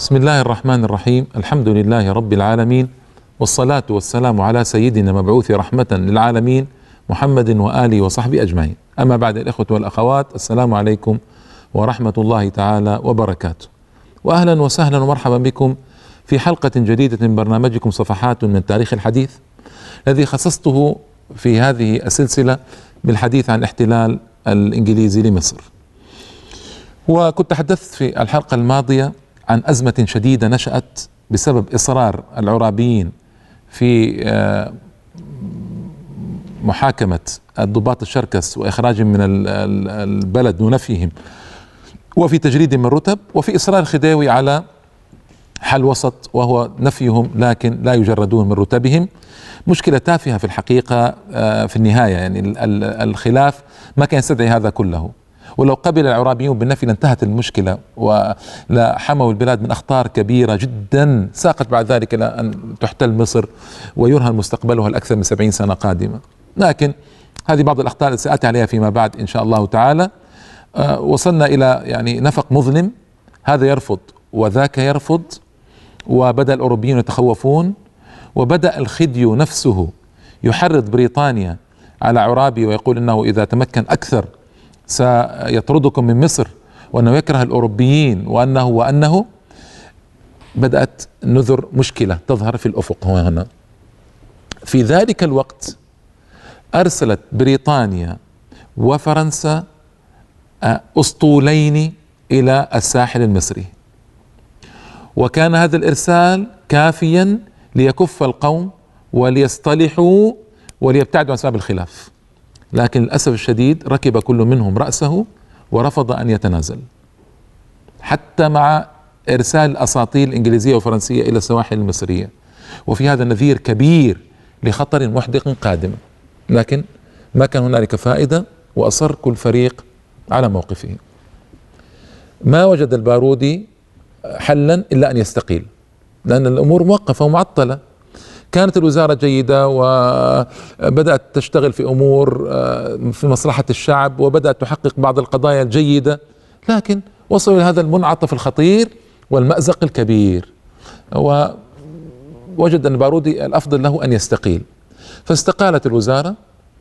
بسم الله الرحمن الرحيم. الحمد لله رب العالمين، والصلاة والسلام على سيدنا مبعوث رحمة للعالمين محمد وآله وصحبه أجمعين. أما بعد، الإخوة والأخوات، السلام عليكم ورحمة الله تعالى وبركاته، وأهلا وسهلا ومرحبا بكم في حلقة جديدة من برنامجكم صفحات من التاريخ الحديث، الذي خصصته في هذه السلسلة بالحديث عن الاحتلال الإنجليزي لمصر. وكنت تحدثت في الحلقة الماضية عن أزمة شديدة نشأت بسبب إصرار العرابيين في محاكمة الضباط الشركس وإخراجهم من البلد ونفيهم، وفي تجريد من رتب، وفي إصرار الخديوي على حل وسط وهو نفيهم لكن لا يجردون من رتبهم. مشكلة تافهة في الحقيقة. في النهاية يعني الخلاف ما كان يستدعي هذا كله، ولو قبل العرابيون بالنفي لانتهت المشكلة ولا حموا البلاد من أخطار كبيرة جدا ساقت بعد ذلك إلى أن تحتل مصر ويرهن مستقبلها لأكثر من 70 سنة قادمة. لكن هذه بعض الأخطار التي سأتي عليها فيما بعد إن شاء الله تعالى. وصلنا إلى يعني نفق مظلم، هذا يرفض وذاك يرفض، وبدأ الأوروبيون يتخوفون، وبدأ الخديو نفسه يحرض بريطانيا على عرابي ويقول إنه إذا تمكن أكثر سيطردكم من مصر، وأنه يكره الأوروبيين، وأنه بدأت نذر مشكلة تظهر في الأفق هنا. في ذلك الوقت أرسلت بريطانيا وفرنسا أسطولين إلى الساحل المصري، وكان هذا الإرسال كافيا ليكف القوم وليصطلحوا وليبتعدوا عن أسباب الخلاف. لكن للأسف الشديد ركب كل منهم رأسه ورفض أن يتنازل، حتى مع إرسال الأساطيل الإنجليزية والفرنسية إلى السواحل المصرية، وفي هذا نذير كبير لخطر محدق قادم. لكن ما كان هنالك فائدة، وأصر كل فريق على موقفه. ما وجد البارودي حلا إلا أن يستقيل، لأن الأمور موقفة ومعطلة. كانت الوزارة جيدة وبدأت تشتغل في أمور في مصلحة الشعب، وبدأت تحقق بعض القضايا الجيدة، لكن وصلوا إلى هذا المنعطف الخطير والمأزق الكبير، ووجد أن البارودي الأفضل له أن يستقيل، فاستقالت الوزارة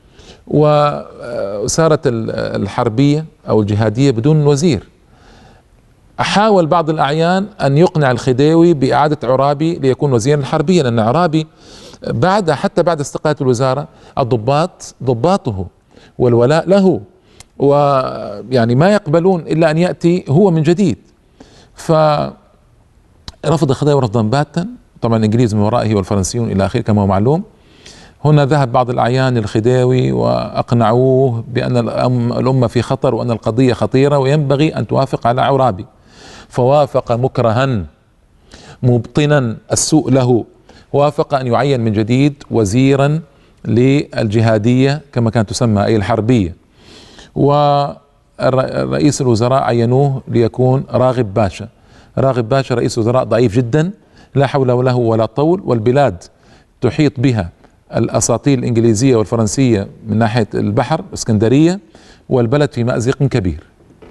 وصارت الحربية أو الجهادية بدون وزير. حاول بعض الأعيان أن يقنع الخديوي بإعادة عرابي ليكون وزيرا الحربية، لأن عرابي حتى بعد استقالة الوزارة الضباط ضباطه والولاء له، ويعني ما يقبلون إلا أن يأتي هو من جديد. فرفض الخديوي رفضا باتا، طبعا الإنجليز من ورائه والفرنسيون إلى آخره كما هو معلوم. هنا ذهب بعض الأعيان للخديوي وأقنعوه بأن الأمة في خطر، وأن القضية خطيرة وينبغي أن توافق على عرابي، فوافق مكرها مبطنا السوء له، وافق أن يعين من جديد وزيرا للجهادية كما كانت تسمى أي الحربية، ورئيس الوزراء عينوه ليكون راغب باشا. راغب باشا رئيس وزراء ضعيف جدا، لا حول له ولا طول، والبلاد تحيط بها الأساطيل الإنجليزية والفرنسية من ناحية البحر اسكندرية، والبلد في مأزق كبير.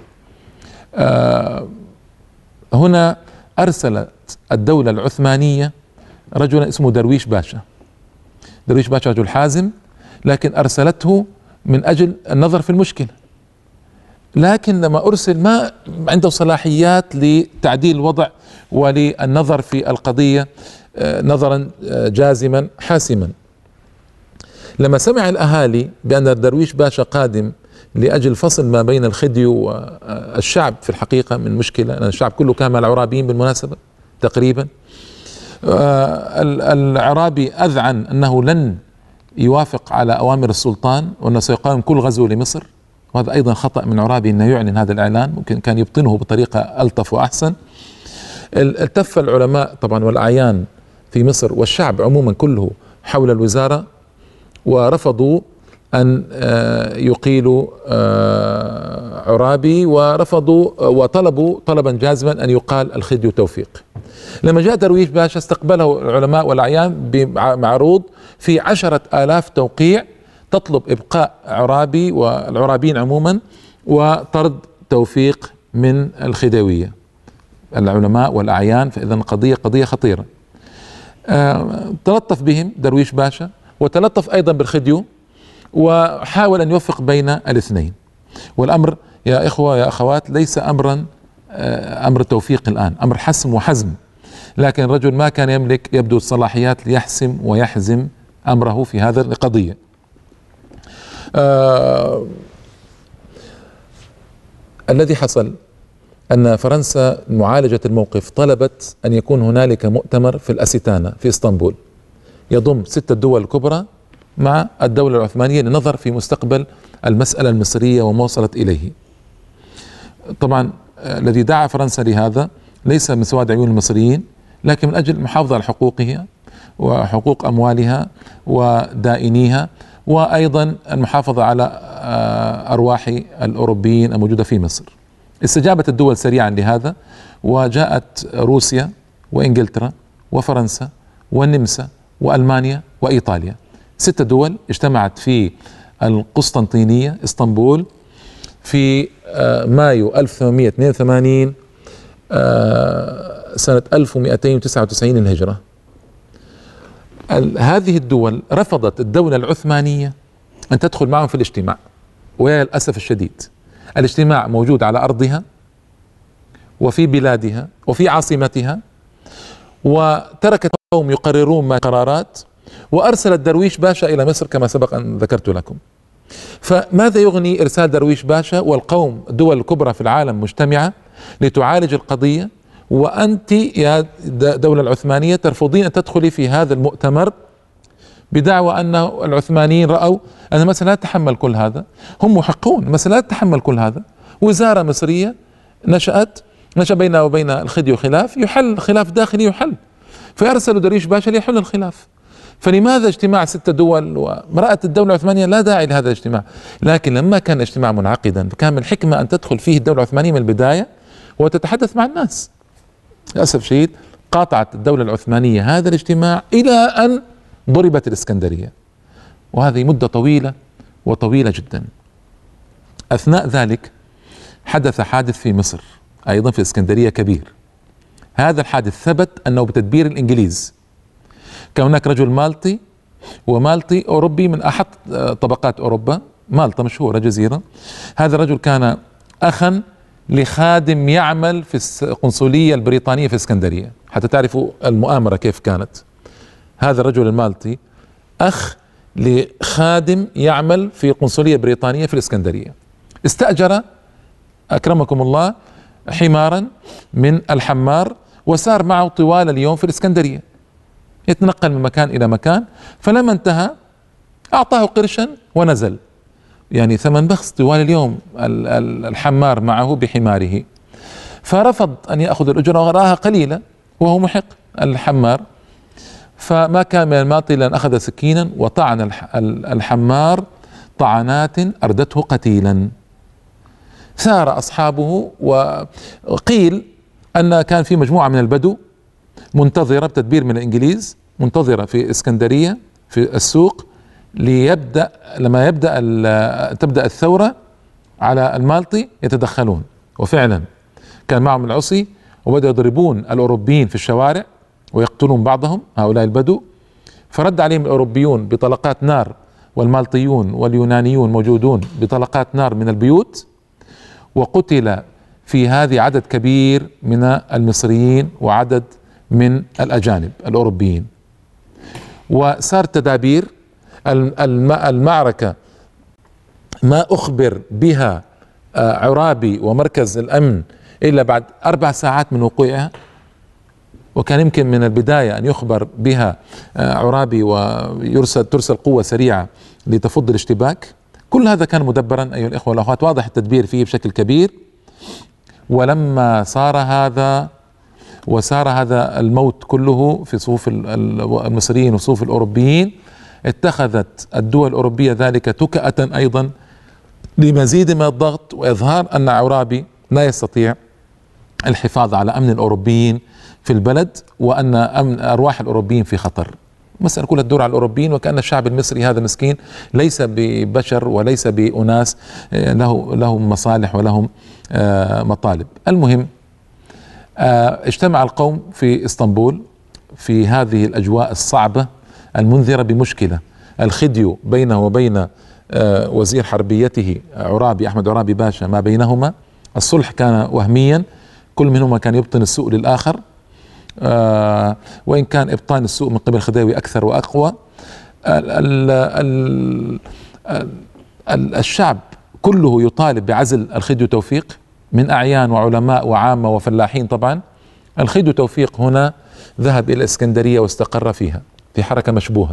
هنا أرسلت الدولة العثمانية رجلا اسمه درويش باشا. درويش باشا رجل حازم، لكن أرسلته من أجل النظر في المشكلة، لكن لما أرسل ما عنده صلاحيات لتعديل الوضع وللنظر في القضية نظرا جازما حاسما. لما سمع الأهالي بأن درويش باشا قادم لأجل فصل ما بين الخديو والشعب في الحقيقة من مشكلة، لأن الشعب كله كان مع العرابيين بالمناسبة تقريبا، العرابي أذعن أنه لن يوافق على أوامر السلطان، وأنه سيقاوم كل غزو لمصر، وهذا أيضا خطأ من عرابي أنه يعلن هذا الإعلان، ممكن كان يبطنه بطريقة ألطف وأحسن. التف العلماء طبعا والأعيان في مصر والشعب عموما كله حول الوزارة، ورفضوا أن يقيلوا عرابي، ورفضوا وطلبوا طلبا جازما أن يقال الخديو توفيق. لما جاء درويش باشا استقبله العلماء والأعيان بمعروض في 10,000 توقيع تطلب إبقاء عرابي والعرابيين عموما وطرد توفيق من الخديوية. العلماء والأعيان، فإذا القضية قضية خطيرة. تلطف بهم درويش باشا، وتلطف أيضا بالخديو، وحاول أن يوفق بين الاثنين. والأمر يا إخوة يا أخوات ليس أمرا أمر توفيق الآن، أمر حسم وحزم، لكن الرجل ما كان يملك يبدو الصلاحيات ليحسم ويحزم أمره في هذا القضية. الذي حصل أن فرنسا معالجة الموقف طلبت أن يكون هنالك مؤتمر في الأستانة في إسطنبول يضم 6 دول كبرى مع الدولة العثمانية للنظر في مستقبل المسألة المصرية وما وصلت إليه. طبعا الذي دعا فرنسا لهذا ليس من سواد عيون المصريين، لكن من أجل المحافظة على حقوقها وحقوق أموالها ودائنيها، وأيضا المحافظة على أرواح الأوروبيين الموجودة في مصر. استجابت الدول سريعا لهذا، وجاءت روسيا وإنجلترا وفرنسا والنمسا وألمانيا وإيطاليا، 6 دول اجتمعت في القسطنطينية اسطنبول في مايو 1882 سنة 1299 الهجرة. هذه الدول رفضت الدولة العثمانية أن تدخل معهم في الاجتماع، ويا للأسف الشديد الاجتماع موجود على أرضها وفي بلادها وفي عاصمتها، وتركت قوم يقررون ما قرارات، وأرسلت درويش باشا إلى مصر كما سبق أن ذكرت لكم. فماذا يغني إرسال درويش باشا والقوم الدول الكبرى في العالم مجتمعة لتعالج القضية، وأنت يا دولة العثمانية ترفضين أن تدخلي في هذا المؤتمر بدعوى أن العثمانيين رأوا أن مصر لا تتحمل كل هذا، هم محقون، مصر لا تتحمل كل هذا. وزارة مصرية نشأ بينها وبين الخديو خلاف، يحل خلاف داخلي يحل، فأرسلوا درويش باشا ليحل الخلاف. فلماذا اجتماع 6 دول؟ ورأت الدولة العثمانية لا داعي لهذا الاجتماع، لكن لما كان الاجتماع منعقدا كان من الحكمة أن تدخل فيه الدولة العثمانية من البداية وتتحدث مع الناس. للأسف شديد قاطعت الدولة العثمانية هذا الاجتماع إلى أن ضربت الإسكندرية، وهذه مدة طويلة وطويلة جدا. أثناء ذلك حدث حادث في مصر أيضا في إسكندرية كبير. هذا الحادث ثبت أنه بتدبير الإنجليز. كان هناك رجل مالطي، ومالطي أوروبي من أحد طبقات أوروبا، مالطا مشهورة جزيرة. هذا الرجل كان أخا لخادم يعمل في القنصلية البريطانية في اسكندرية، حتى تعرفوا المؤامرة كيف كانت. هذا الرجل المالطي أخ لخادم يعمل في قنصلية بريطانية في الإسكندرية، استأجر أكرمكم الله حمارا من الحمار، وسار معه طوال اليوم في الإسكندرية يتنقل من مكان إلى مكان، فلما انتهى أعطاه قرشا ونزل، يعني ثمن بخس طوال اليوم الحمار معه بحماره. فرفض أن يأخذ الأجرة وراها قليلة وهو محق الحمار، فما كان من الماطل أن أخذ سكينا وطعن الحمار طعنات أردته قتيلا. ثار أصحابه، وقيل أن كان في مجموعة من البدو منتظرة بتدبير من الإنجليز، منتظرة في إسكندرية في السوق لما تبدأ الثورة على المالطي يتدخلون. وفعلا كان معهم العصي، وبدأوا يضربون الأوروبيين في الشوارع ويقتلون بعضهم هؤلاء البدو. فرد عليهم الأوروبيون بطلقات نار، والمالطيون واليونانيون موجودون بطلقات نار من البيوت، وقتل في هذه عدد كبير من المصريين وعدد من الأجانب الأوروبيين. وصار تدابير المعركة ما أخبر بها عرابي ومركز الأمن إلا بعد 4 ساعات من وقوعها، وكان يمكن من البداية أن يخبر بها عرابي ترسل قوة سريعة لتفض الاشتباك. كل هذا كان مدبرا أيها الإخوة والأخوات، واضح التدبير فيه بشكل كبير. ولما صار هذا الموت كله في صفوف المصريين وصفوف الأوروبيين، اتخذت الدول الأوروبية ذلك تكأة أيضا لمزيد من الضغط وإظهار أن عرابي لا يستطيع الحفاظ على أمن الأوروبيين في البلد، وأن أمن أرواح الأوروبيين في خطر. مسألة كلها تدور على الأوروبيين، وكأن الشعب المصري هذا مسكين ليس ببشر وليس بأناس لهم مصالح ولهم مطالب. المهم اجتمع القوم في اسطنبول في هذه الأجواء الصعبة المنذرة بمشكلة الخديو بينه وبين وزير حربيته عرابي أحمد عرابي باشا، ما بينهما الصلح كان وهميا، كل منهما كان يبطن السوء للآخر، وإن كان إبطان السوء من قبل الخديوي أكثر وأقوى. الشعب كله يطالب بعزل الخديو توفيق من أعيان وعلماء وعامة وفلاحين. طبعا الخديو توفيق هنا ذهب إلى الإسكندرية واستقر فيها في حركة مشبوهة،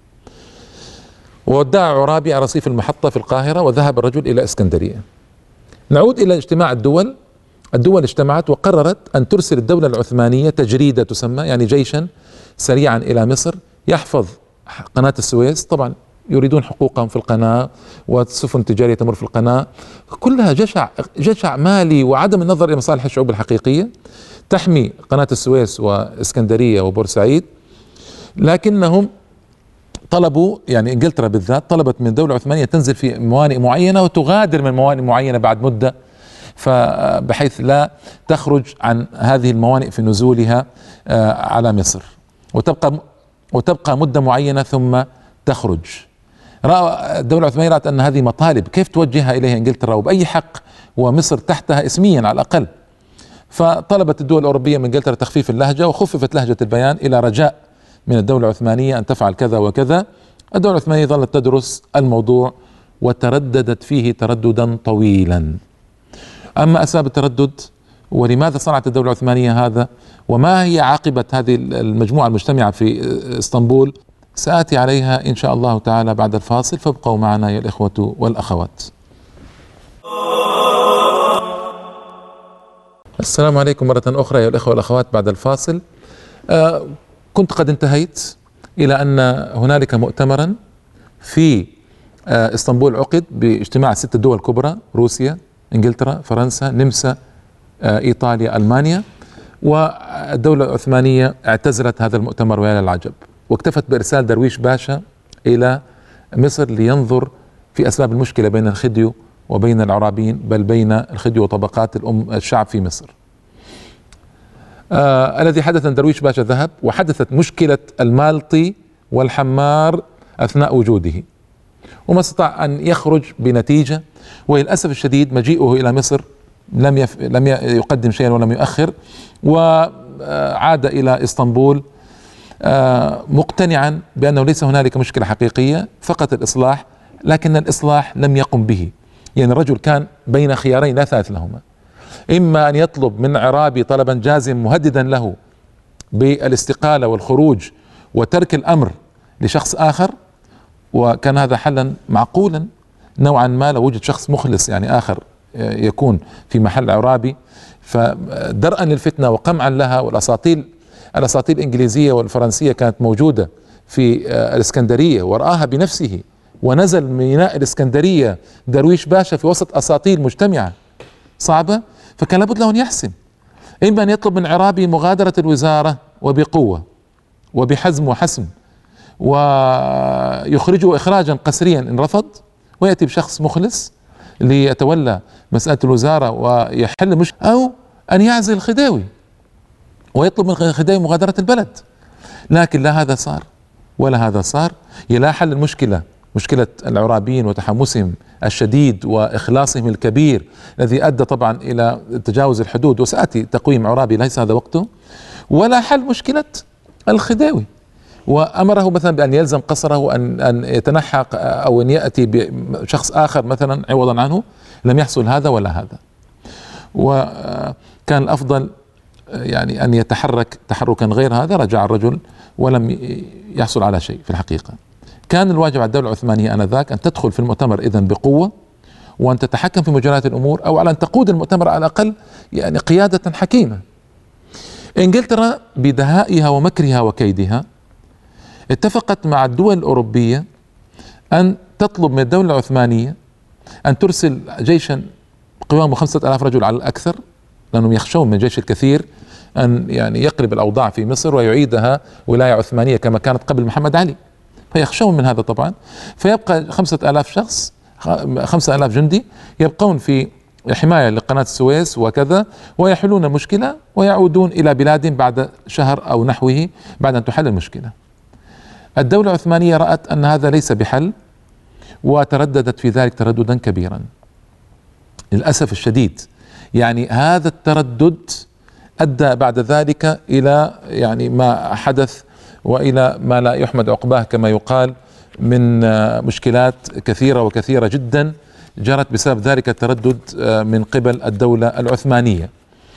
وودع عرابي على رصيف المحطة في القاهرة، وذهب الرجل إلى إسكندرية. نعود إلى اجتماع الدول. الدول اجتمعت وقررت أن ترسل الدولة العثمانية تجريدة تسمى، يعني جيشا سريعا إلى مصر يحفظ قناة السويس. طبعا يريدون حقوقهم في القناة والسفن التجارية تمر في القناة، كلها جشع مالي وعدم النظر إلى مصالح الشعوب الحقيقية، تحمي قناة السويس وإسكندرية وبورسعيد. لكنهم طلبوا، يعني انجلترا بالذات طلبت من الدولة العثمانية تنزل في موانئ معينة وتغادر من موانئ معينة بعد مدة، بحيث لا تخرج عن هذه الموانئ في نزولها على مصر، وتبقى مدة معينة ثم تخرج. رأى الدولة العثمانية رأت أن هذه مطالب كيف توجهها إليها إنجلترا وبأي حق، ومصر تحتها اسميا على الأقل. فطلبت الدول الأوروبية من إنجلترا تخفيف اللهجة، وخففت لهجة البيان إلى رجاء من الدولة العثمانية أن تفعل كذا وكذا. الدولة العثمانية ظلت تدرس الموضوع وترددت فيه ترددا طويلا. أما أسباب التردد ولماذا صنعت الدولة العثمانية هذا، وما هي عاقبة هذه المجموعة المجتمعة في اسطنبول، سآتي عليها إن شاء الله تعالى بعد الفاصل، فابقوا معنا يا الإخوة والأخوات. السلام عليكم مرة أخرى يا الإخوة والأخوات بعد الفاصل. كنت قد انتهيت إلى أن هنالك مؤتمرا في اسطنبول عقد باجتماع 6 دول كبرى: روسيا، انجلترا، فرنسا، النمسا، ايطاليا، المانيا. والدولة العثمانية اعتزلت هذا المؤتمر ويا للعجب، واكتفت بارسال درويش باشا الى مصر لينظر في اسباب المشكلة بين الخديو وبين العرابيين، بل بين الخديو وطبقات الشعب في مصر. الذي حدث أن درويش باشا ذهب، وحدثت مشكلة المالطي والحمار اثناء وجوده، وما استطاع ان يخرج بنتيجة. وللأسف الشديد مجيئه إلى مصر لم يقدم شيئا ولم يؤخر، وعاد إلى اسطنبول مقتنعا بأنه ليس هنالك مشكلة حقيقية، فقط الإصلاح. لكن الإصلاح لم يقم به، يعني الرجل كان بين خيارين لا ثالث لهما: إما أن يطلب من عرابي طلبا جازم مهددا له بالاستقالة والخروج وترك الأمر لشخص آخر، وكان هذا حلا معقولا نوعا ما لو وجد شخص مخلص يعني آخر يكون في محل عرابي. فدرءا للفتنة وقمعا لها، الأساطيل الإنجليزية والفرنسية كانت موجودة في الإسكندرية ورآها بنفسه، ونزل ميناء الإسكندرية درويش باشا في وسط أساطيل مجتمعة صعبة. فكان لابد له أن يحسم: إما أن يطلب من عرابي مغادرة الوزارة وبقوة وبحزم وحسم ويخرجه إخراجا قسريا إن رفض، ويأتي بشخص مخلص ليتولى مسألة الوزارة ويحل مشكلة، أو أن يعزل الخديوي ويطلب من الخديوي مغادرة البلد. لكن لا هذا صار ولا هذا صار. لا حل المشكلة، مشكلة العرابيين وتحمسهم الشديد وإخلاصهم الكبير الذي أدى طبعا إلى تجاوز الحدود، وسأتي تقويم عرابي ليس هذا وقته. ولا حل مشكلة الخديوي، وأمره مثلا بأن يلزم قصره أن يتنحى أو أن يأتي بشخص آخر مثلا عوضا عنه. لم يحصل هذا ولا هذا، وكان الأفضل يعني أن يتحرك تحركا غير هذا. رجع الرجل ولم يحصل على شيء في الحقيقة. كان الواجب على الدولة العثمانية آنذاك أن تدخل في المؤتمر إذن بقوة، وأن تتحكم في مجريات الأمور، أو على أن تقود المؤتمر على الأقل يعني قيادة حكيمة. إنجلترا بدهائها ومكرها وكيدها اتفقت مع الدول الأوروبية أن تطلب من الدولة العثمانية أن ترسل جيشا قوامه 5000 رجل على الأكثر، لأنهم يخشون من الجيش الكثير أن يعني يقلب الأوضاع في مصر ويعيدها ولاية عثمانية كما كانت قبل محمد علي، فيخشون من هذا طبعا. فيبقى 5000 شخص، 5000 جندي يبقون في حماية لقناة السويس وكذا، ويحلون المشكلة ويعودون إلى بلادهم بعد شهر أو نحوه بعد أن تحل المشكلة. الدولة العثمانية رأت أن هذا ليس بحل وترددت في ذلك ترددا كبيرا للأسف الشديد. يعني هذا التردد أدى بعد ذلك إلى يعني ما حدث وإلى ما لا يحمد عقباه كما يقال من مشكلات كثيرة وكثيرة جدا جرت بسبب ذلك التردد من قبل الدولة العثمانية.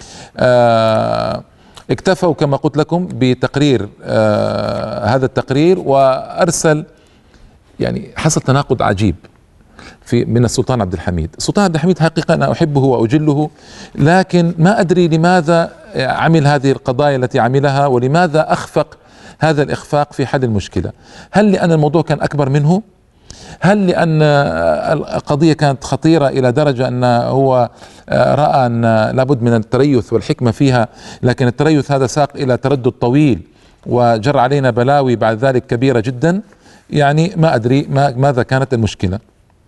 اكتفوا كما قلت لكم بتقرير هذا التقرير، وأرسل يعني حصل تناقض عجيب من السلطان عبد الحميد. السلطان عبد الحميد حقيقة أنا أحبه وأجله، لكن ما أدري لماذا عمل هذه القضايا التي عملها، ولماذا أخفق هذا الإخفاق في حل المشكلة. هل لأن الموضوع كان أكبر منه؟ هل لأن القضية كانت خطيرة إلى درجة أن هو رأى أن لابد من التريث والحكمة فيها، لكن التريث هذا ساق إلى تردد طويل وجر علينا بلاوي بعد ذلك كبيرة جدا؟ يعني ما أدري ماذا كانت المشكلة.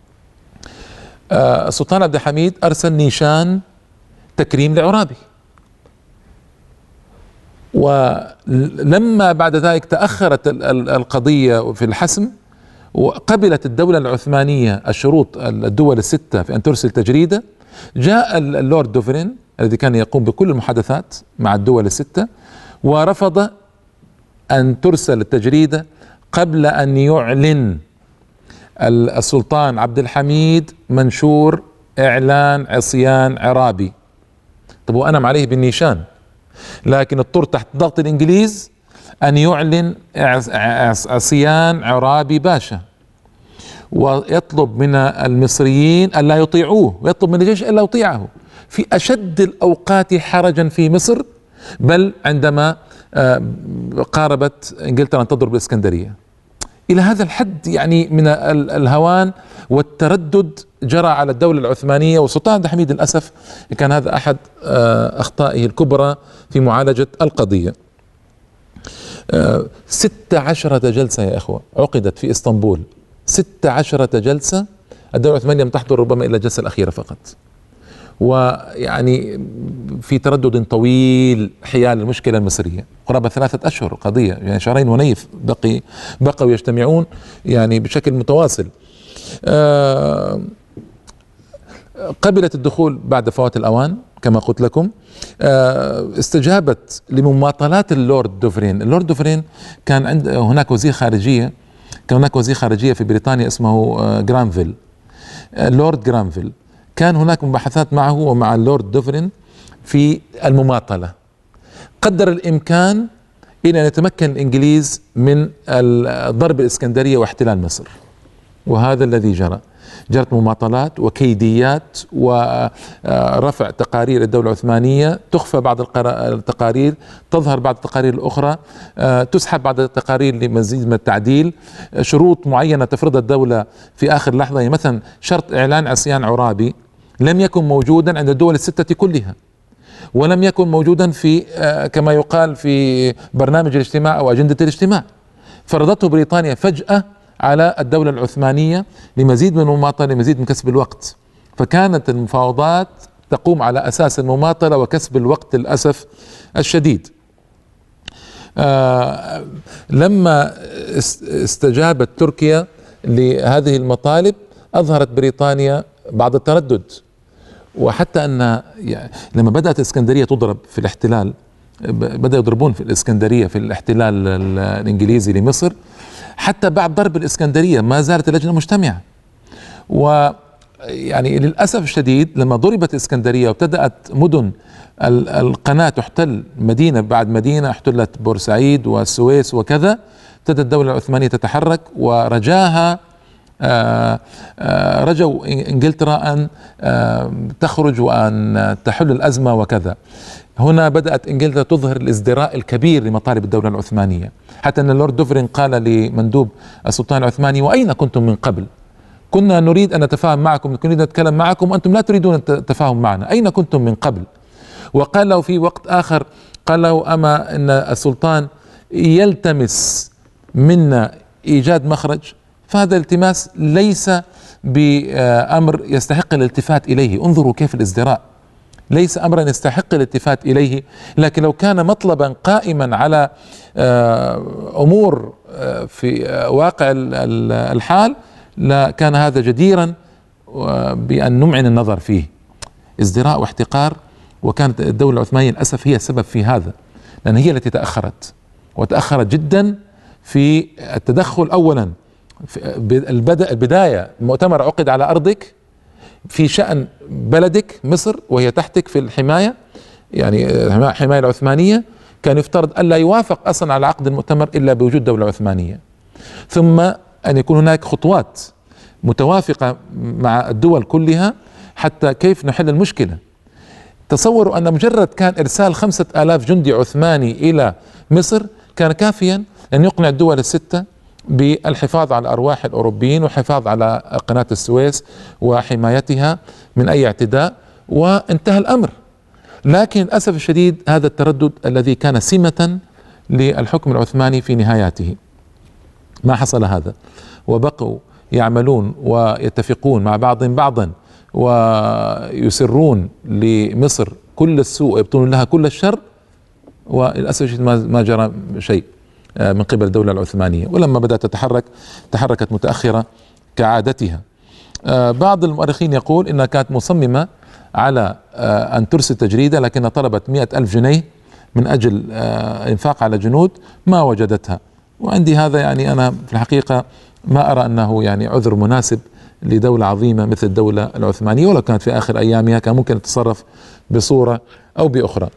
السلطان عبد الحميد أرسل نيشان تكريم لعرابي، ولما بعد ذلك تأخرت القضية في الحسم وقبلت الدولة العثمانية الشروط الدول الستة في أن ترسل تجريدة، جاء اللورد دوفرين الذي كان يقوم بكل المحادثات مع الدول الستة ورفض أن ترسل التجريدة قبل أن يعلن السلطان عبد الحميد منشور إعلان عصيان عرابي. طب وأنا عليه بالنيشان، لكن اضطر تحت ضغط الإنجليز أن يعلن عصيان عرابي باشا، ويطلب من المصريين ألا يطيعوه، ويطلب من الجيش ألا يطيعه في أشد الأوقات حرجا في مصر، بل عندما قاربت إنجلترا أن تضرب الإسكندرية. إلى هذا الحد يعني من الهوان والتردد جرى على الدولة العثمانية. والسلطان عبد الحميد للأسف كان هذا أحد أخطائه الكبرى في معالجة القضية. 16 جلسة يا إخوة عقدت في إسطنبول، 16 جلسة. الدولة العثمانية لم تحضر ربما إلا الجلسة الأخيرة فقط، ويعني في تردد طويل حيال المشكلة المصرية قرابة 3 أشهر قضية، يعني شهرين ونيف بقوا يجتمعون يعني بشكل متواصل. قبلت الدخول بعد فوات الأوان كما قلت لكم. استجابت لمماطلات اللورد دوفرين. اللورد دوفرين كان هناك وزير خارجية، كان هناك وزير خارجية في بريطانيا اسمه جرانفيل، لورد جرانفيل. كان هناك مباحثات معه ومع اللورد دوفرين في المماطلة. قدر الإمكان إلى أن يتمكن الإنجليز من ضرب الإسكندرية واحتلال مصر، وهذا الذي جرى. جرت مماطلات وكيديات ورفع تقارير الدولة العثمانية، تخفى بعض التقارير، تظهر بعض التقارير الأخرى، تسحب بعض التقارير لمزيد من التعديل، شروط معينة تفرضها الدولة في آخر لحظة. يعني مثلا شرط إعلان عصيان عرابي لم يكن موجودا عند الدول الستة كلها، ولم يكن موجودا في كما يقال في برنامج الاجتماع أو أجندة الاجتماع. فرضته بريطانيا فجأة على الدولة العثمانية لمزيد من المماطلة، لمزيد من كسب الوقت. فكانت المفاوضات تقوم على أساس المماطلة وكسب الوقت للأسف الشديد. لما استجابت تركيا لهذه المطالب أظهرت بريطانيا بعض التردد، وحتى أن لما بدأت الإسكندرية تضرب في الاحتلال، بدأوا يضربون في الإسكندرية في الاحتلال الإنجليزي لمصر، حتى بعد ضرب الإسكندرية ما زالت اللجنة مجتمعة. ويعني للأسف الشديد لما ضربت الإسكندرية وابتدأت مدن القناة تحتل مدينة بعد مدينة، احتلت بورسعيد والسويس وكذا، ابتدت الدولة العثمانية تتحرك ورجاها رجوا انجلترا ان تخرج وان تحل الازمه وكذا. هنا بدات انجلترا تظهر الازدراء الكبير لمطالب الدوله العثمانيه، حتى ان اللورد دوفرين قال لمندوب السلطان العثماني: واين كنتم من قبل؟ كنا نريد ان نتفاهم معكم، نريد ان نتكلم معكم وانتم لا تريدون التفاهم معنا، اين كنتم من قبل؟ وقال له في وقت اخر، قال له: اما ان السلطان يلتمس منا ايجاد مخرج، فهذا الالتماس ليس بأمر يستحق الالتفات إليه. انظروا كيف الازدراء، ليس أمرا يستحق الالتفات إليه، لكن لو كان مطلبا قائما على أمور في واقع الحال لكان هذا جديرا بأن نمعن النظر فيه. ازدراء واحتقار، وكانت الدولة العثمانية للأسف هي السبب في هذا، لأن هي التي تأخرت وتأخرت جدا في التدخل. أولا البداية مؤتمر عقد على أرضك في شأن بلدك مصر وهي تحتك في الحماية، يعني الحماية العثمانية، كان يفترض ألا يوافق أصلا على عقد المؤتمر إلا بوجود دولة عثمانية، ثم أن يكون هناك خطوات متوافقة مع الدول كلها حتى كيف نحل المشكلة. تصوروا أن مجرد كان إرسال 5000 جندي عثماني إلى مصر كان كافيا أن يقنع الدول الستة بالحفاظ على أرواح الأوروبيين والحفاظ على قناة السويس وحمايتها من أي اعتداء، وانتهى الأمر. لكن للأسف الشديد هذا التردد الذي كان سمة للحكم العثماني في نهاياته ما حصل هذا، وبقوا يعملون ويتفقون مع بعضهم بعضا ويسرون لمصر كل السوء ويبطون لها كل الشر، وللأسف الشديد ما جرى شيء من قبل الدولة العثمانية. ولما بدأت تتحرك تحركت متأخرة كعادتها. بعض المؤرخين يقول إنها كانت مصممة على أن ترسل تجريدة، لكن طلبت 100,000 جنيه من أجل إنفاق على جنود ما وجدتها. وعندي هذا يعني أنا في الحقيقة ما أرى أنه يعني عذر مناسب لدولة عظيمة مثل الدولة العثمانية، ولو كانت في آخر أيامها كان ممكن تتصرف بصورة أو بأخرى.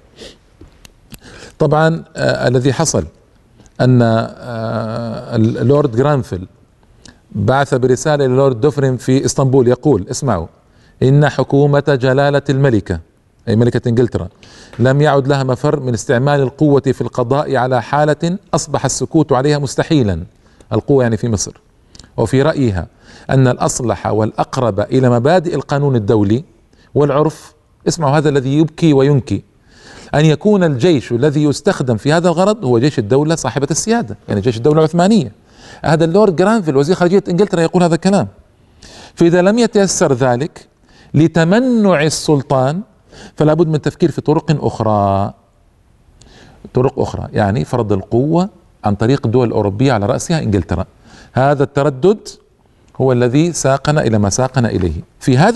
طبعا الذي حصل أن اللورد جرانفيل بعث برسالة للورد دوفرين في اسطنبول يقول: اسمعوا، إن حكومة جلالة الملكة أي ملكة إنجلترا لم يعد لها مفر من استعمال القوة في القضاء على حالة أصبح السكوت عليها مستحيلا. القوة يعني في مصر. وفي رأيها أن الأصلح والأقرب إلى مبادئ القانون الدولي والعرف، اسمعوا هذا الذي يبكي وينكي، أن يكون الجيش الذي يستخدم في هذا الغرض هو جيش الدولة صاحبة السيادة، يعني جيش الدولة العثمانية. هذا اللورد جرانفيل وزير خارجية إنجلترا يقول هذا الكلام. فإذا لم يتيسر ذلك لتمنع السلطان فلا بد من التفكير في طرق أخرى، يعني فرض القوة عن طريق الدول الأوروبية على رأسها إنجلترا. هذا التردد هو الذي ساقنا إلى ما ساقنا إليه. في هذه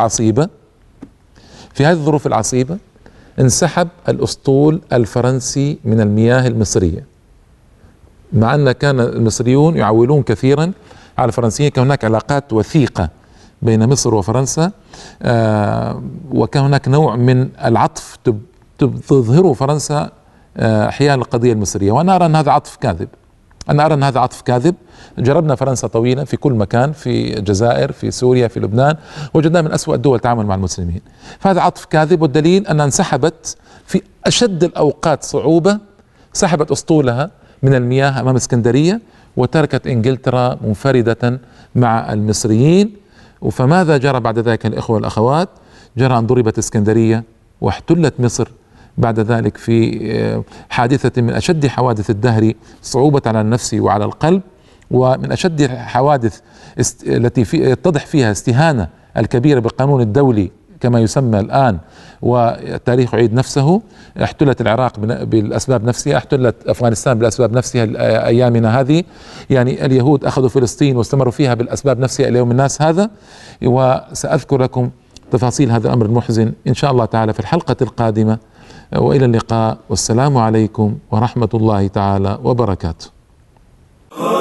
الظروف العصيبة انسحب الأسطول الفرنسي من المياه المصرية، مع أن كان المصريون يعولون كثيرا على الفرنسيين، كان هناك علاقات وثيقة بين مصر وفرنسا، وكان هناك نوع من العطف تظهره فرنسا حيال القضية المصرية. وأنا أرى أن هذا عطف كاذب. جربنا فرنسا طويلا في كل مكان، في الجزائر، في سوريا، في لبنان، وجدنا من أسوأ الدول تعامل مع المسلمين. فهذا عطف كاذب، والدليل أنها انسحبت في أشد الأوقات صعوبة، سحبت أسطولها من المياه أمام اسكندرية وتركت إنجلترا منفردة مع المصريين. فماذا جرى بعد ذلك الإخوة والأخوات؟ جرى أن ضربت اسكندرية واحتلت مصر بعد ذلك في حادثة من أشد حوادث الدهر صعوبة على النفس وعلى القلب، ومن أشد الحوادث التي يتضح فيها استهانة الكبيرة بالقانون الدولي كما يسمى الآن، والتاريخ يعيد نفسه. احتلت العراق بالأسباب نفسها، احتلت أفغانستان بالأسباب نفسها أيامنا هذه، يعني اليهود أخذوا فلسطين واستمروا فيها بالأسباب نفسها إلى يوم الناس هذا. وسأذكر لكم تفاصيل هذا الأمر المحزن إن شاء الله تعالى في الحلقة القادمة، وإلى اللقاء، والسلام عليكم ورحمة الله تعالى وبركاته.